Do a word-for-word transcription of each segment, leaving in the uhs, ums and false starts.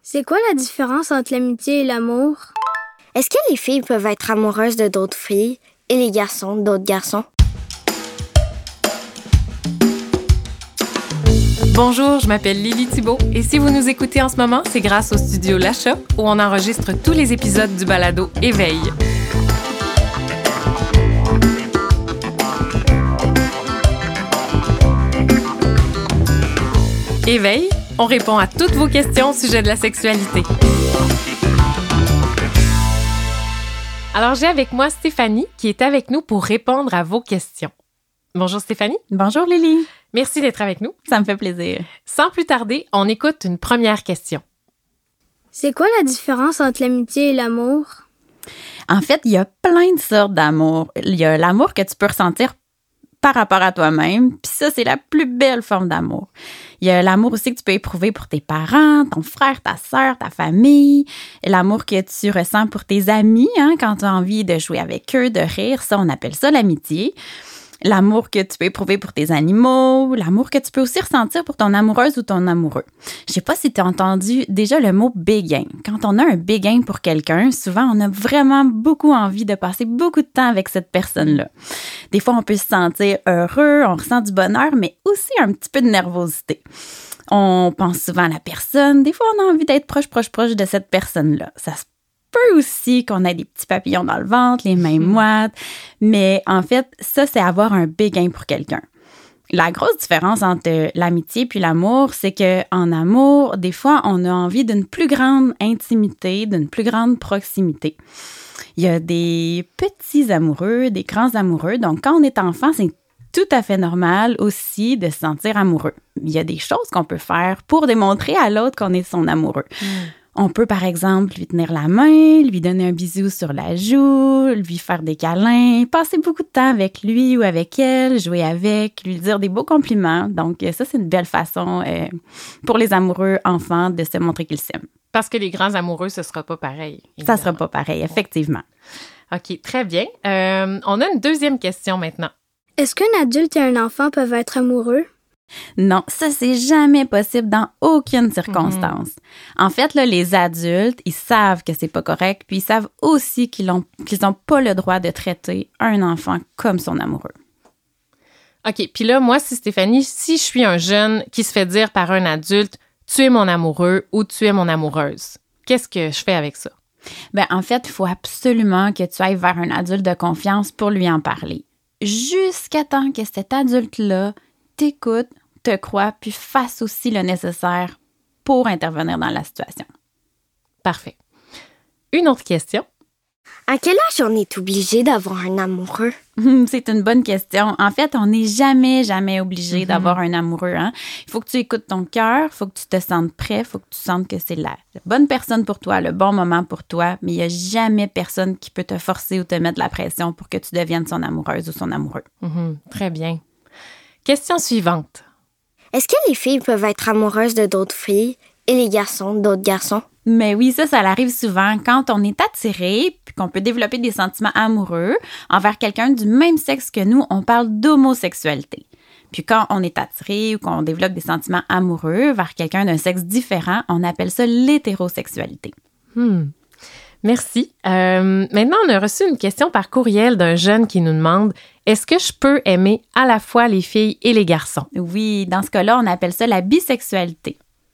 C'est quoi la différence entre l'amitié et l'amour? Est-ce que les filles peuvent être amoureuses de d'autres filles et les garçons d'autres garçons? Bonjour, je m'appelle Lily Thibault et si vous nous écoutez en ce moment, c'est grâce au studio La Shop où on enregistre tous les épisodes du balado Éveil. Éveil, on répond à toutes vos questions au sujet de la sexualité. Alors, j'ai avec moi Stéphanie qui est avec nous pour répondre à vos questions. Bonjour Stéphanie. Bonjour Lily. Merci d'être avec nous. Ça me fait plaisir. Sans plus tarder, on écoute une première question. C'est quoi la différence entre l'amitié et l'amour? En fait, il y a plein de sortes d'amour. Il y a l'amour que tu peux ressentir par rapport à toi-même, puis ça, c'est la plus belle forme d'amour. Il y a l'amour aussi que tu peux éprouver pour tes parents, ton frère, ta sœur, ta famille. L'amour que tu ressens pour tes amis, hein, quand tu as envie de jouer avec eux, de rire, ça, on appelle ça l'amitié. L'amour que tu peux éprouver pour tes animaux, l'amour que tu peux aussi ressentir pour ton amoureuse ou ton amoureux. Je sais pas si tu as entendu déjà le mot béguin. Quand on a un béguin pour quelqu'un, souvent on a vraiment beaucoup envie de passer beaucoup de temps avec cette personne-là. Des fois, on peut se sentir heureux, on ressent du bonheur, mais aussi un petit peu de nervosité. On pense souvent à la personne. Des fois, on a envie d'être proche, proche, proche de cette personne-là. Ça se peut aussi qu'on ait des petits papillons dans le ventre, les mains moites, mais en fait, ça, c'est avoir un béguin pour quelqu'un. La grosse différence entre l'amitié puis l'amour, c'est qu'en amour, des fois, on a envie d'une plus grande intimité, d'une plus grande proximité. Il y a des petits amoureux, des grands amoureux, donc quand on est enfant, c'est tout à fait normal aussi de se sentir amoureux. Il y a des choses qu'on peut faire pour démontrer à l'autre qu'on est son amoureux. Mm. On peut, par exemple, lui tenir la main, lui donner un bisou sur la joue, lui faire des câlins, passer beaucoup de temps avec lui ou avec elle, jouer avec, lui dire des beaux compliments. Donc, ça, c'est une belle façon euh, pour les amoureux enfants de se montrer qu'ils s'aiment. Parce que les grands amoureux, ce ne sera pas pareil. Évidemment. Ça ne sera pas pareil, effectivement. OK, très bien. Euh, on a une deuxième question maintenant. Est-ce qu'un adulte et un enfant peuvent être amoureux? Non, ça, c'est jamais possible dans aucune circonstance. Mm-hmm. En fait, là, les adultes, ils savent que c'est pas correct, puis ils savent aussi qu'ils ont, qu'ils ont pas le droit de traiter un enfant comme son amoureux. OK, puis là, moi, si Stéphanie, si je suis un jeune qui se fait dire par un adulte « tu es mon amoureux » ou « tu es mon amoureuse », qu'est-ce que je fais avec ça? Bien, en fait, il faut absolument que tu ailles vers un adulte de confiance pour lui en parler. Jusqu'à temps que cet adulte-là t'écoute, te croit, puis fasse aussi le nécessaire pour intervenir dans la situation. Parfait. Une autre question. À quel âge on est obligé d'avoir un amoureux? C'est une bonne question. En fait, on n'est jamais, jamais obligé mm-hmm. d'avoir un amoureux. Hein? Il faut que tu écoutes ton cœur, il faut que tu te sentes prêt, il faut que tu sentes que c'est la, la bonne personne pour toi, le bon moment pour toi, mais il n'y a jamais personne qui peut te forcer ou te mettre de la pression pour que tu deviennes son amoureuse ou son amoureux. Mm-hmm. Très bien. Question suivante. Est-ce que les filles peuvent être amoureuses de d'autres filles et les garçons d'autres garçons? Mais oui, ça, ça arrive souvent quand on est attiré puis qu'on peut développer des sentiments amoureux envers quelqu'un du même sexe que nous, on parle d'homosexualité. Puis quand on est attiré ou qu'on développe des sentiments amoureux vers quelqu'un d'un sexe différent, on appelle ça l'hétérosexualité. Hmm. Merci. Euh, maintenant, on a reçu une question par courriel d'un jeune qui nous demande « Est-ce que je peux aimer à la fois les filles et les garçons? » Oui, dans ce cas-là, on appelle ça la bisexualité.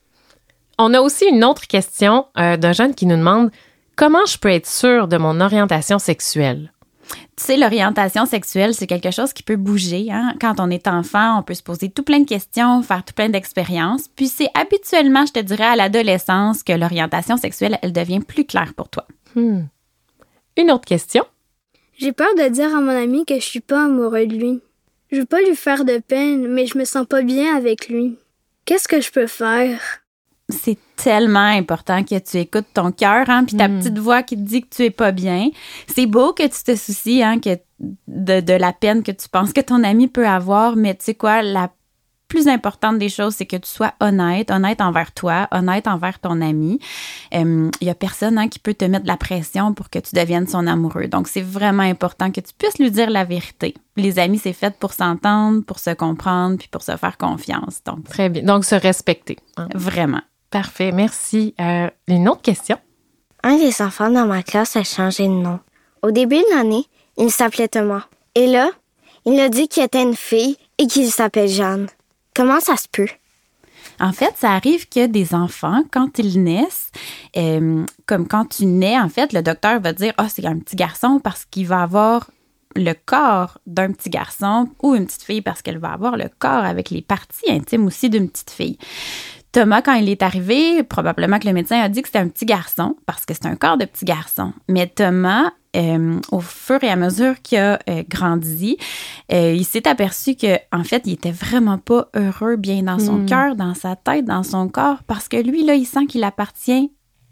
On a aussi une autre question euh, d'un jeune qui nous demande « Comment je peux être sûre de mon orientation sexuelle? » Tu sais, l'orientation sexuelle, c'est quelque chose qui peut bouger. Hein? Quand on est enfant, on peut se poser tout plein de questions, faire tout plein d'expériences. Puis c'est habituellement, je te dirais, à l'adolescence que l'orientation sexuelle, elle devient plus claire pour toi. Hmm. Une autre question. J'ai peur de dire à mon ami que je suis pas amoureux de lui. Je veux pas lui faire de peine, mais je me sens pas bien avec lui. Qu'est-ce que je peux faire? C'est tellement important que tu écoutes ton cœur, hein, puis ta mm. petite voix qui te dit que tu es pas bien. C'est beau que tu te soucies, hein, que de, de la peine que tu penses que ton ami peut avoir, mais tu sais quoi, la plus importante des choses, c'est que tu sois honnête, honnête envers toi, honnête envers ton ami. Il euh, y a personne hein, qui peut te mettre de la pression pour que tu deviennes son amoureux. Donc, c'est vraiment important que tu puisses lui dire la vérité. Les amis, c'est fait pour s'entendre, pour se comprendre, puis pour se faire confiance. Donc, très bien. Donc, se respecter. Hein? Vraiment. Parfait, merci. Euh, une autre question? Un des enfants dans ma classe a changé de nom. Au début de l'année, il s'appelait Thomas. Et là, il a dit qu'il était une fille et qu'il s'appelle Jeanne. Comment ça se peut? En fait, ça arrive que des enfants, quand ils naissent, euh, comme quand tu nais, en fait, le docteur va dire « Ah, oh, c'est un petit garçon parce qu'il va avoir le corps d'un petit garçon ou une petite fille parce qu'elle va avoir le corps avec les parties intimes aussi d'une petite fille. » Thomas, quand il est arrivé, probablement que le médecin a dit que c'était un petit garçon parce que c'est un corps de petit garçon. Mais Thomas, euh, au fur et à mesure qu'il a euh, grandi, euh, il s'est aperçu que en fait, il était vraiment pas heureux bien dans son mmh. cœur, dans sa tête, dans son corps, parce que lui, là, il sent qu'il appartient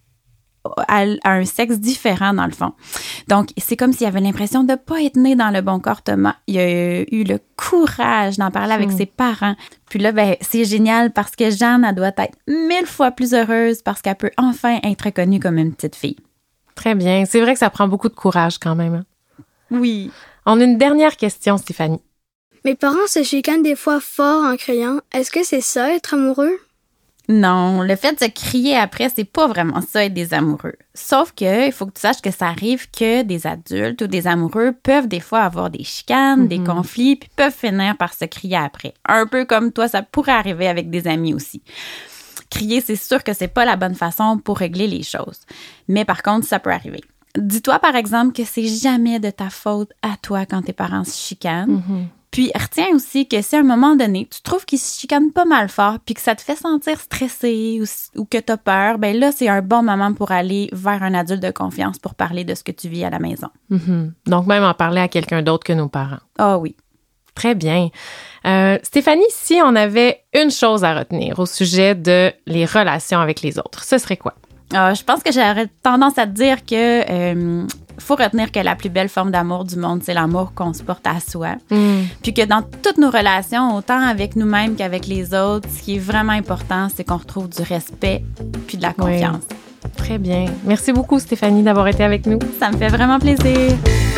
à, à un sexe différent, dans le fond. Donc, c'est comme s'il avait l'impression de ne pas être né dans le bon corps, Thomas. Il a eu le courage d'en parler avec mmh. ses parents. Puis là, ben, c'est génial parce que Jeanne, elle doit être mille fois plus heureuse parce qu'elle peut enfin être reconnue comme une petite fille. Très bien. C'est vrai que ça prend beaucoup de courage quand même. Hein? Oui. On a une dernière question, Stéphanie. Mes parents se chicanent des fois fort en criant. Est-ce que c'est ça, être amoureux? Non, le fait de se crier après, c'est pas vraiment ça, être des amoureux. Sauf que il faut que tu saches que ça arrive que des adultes ou des amoureux peuvent des fois avoir des chicanes, mm-hmm. des conflits, puis peuvent finir par se crier après. Un peu comme toi, ça pourrait arriver avec des amis aussi. Crier, c'est sûr que c'est pas la bonne façon pour régler les choses. Mais par contre, ça peut arriver. Dis-toi, par exemple, que c'est jamais de ta faute à toi quand tes parents se chicanent. Mm-hmm. Puis, retiens aussi que si à un moment donné, tu trouves qu'ils se chicanent pas mal fort puis que ça te fait sentir stressé ou, ou que tu as peur, bien là, c'est un bon moment pour aller vers un adulte de confiance pour parler de ce que tu vis à la maison. Mm-hmm. Donc, même en parler à quelqu'un d'autre que nos parents. Ah oui. Très bien. Euh, Stéphanie, si on avait une chose à retenir au sujet de les relations avec les autres, ce serait quoi? Euh, je pense que j'aurais tendance à te dire que euh, faut retenir que la plus belle forme d'amour du monde, c'est l'amour qu'on se porte à soi. Mm. Puis que dans toutes nos relations, autant avec nous-mêmes qu'avec les autres, ce qui est vraiment important, c'est qu'on retrouve du respect puis de la confiance. Oui. Très bien. Merci beaucoup, Stéphanie, d'avoir été avec nous. Ça me fait vraiment plaisir.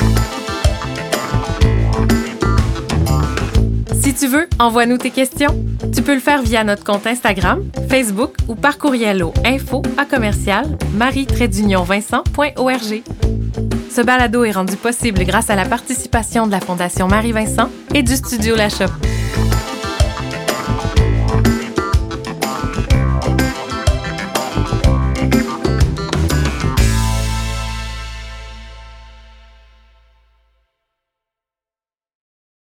Si tu veux, envoie-nous tes questions. Tu peux le faire via notre compte Instagram, Facebook ou par courriel au info à commercial marie trait d'union vincent point org. Ce balado est rendu possible grâce à la participation de la Fondation Marie-Vincent et du Studio La Chope.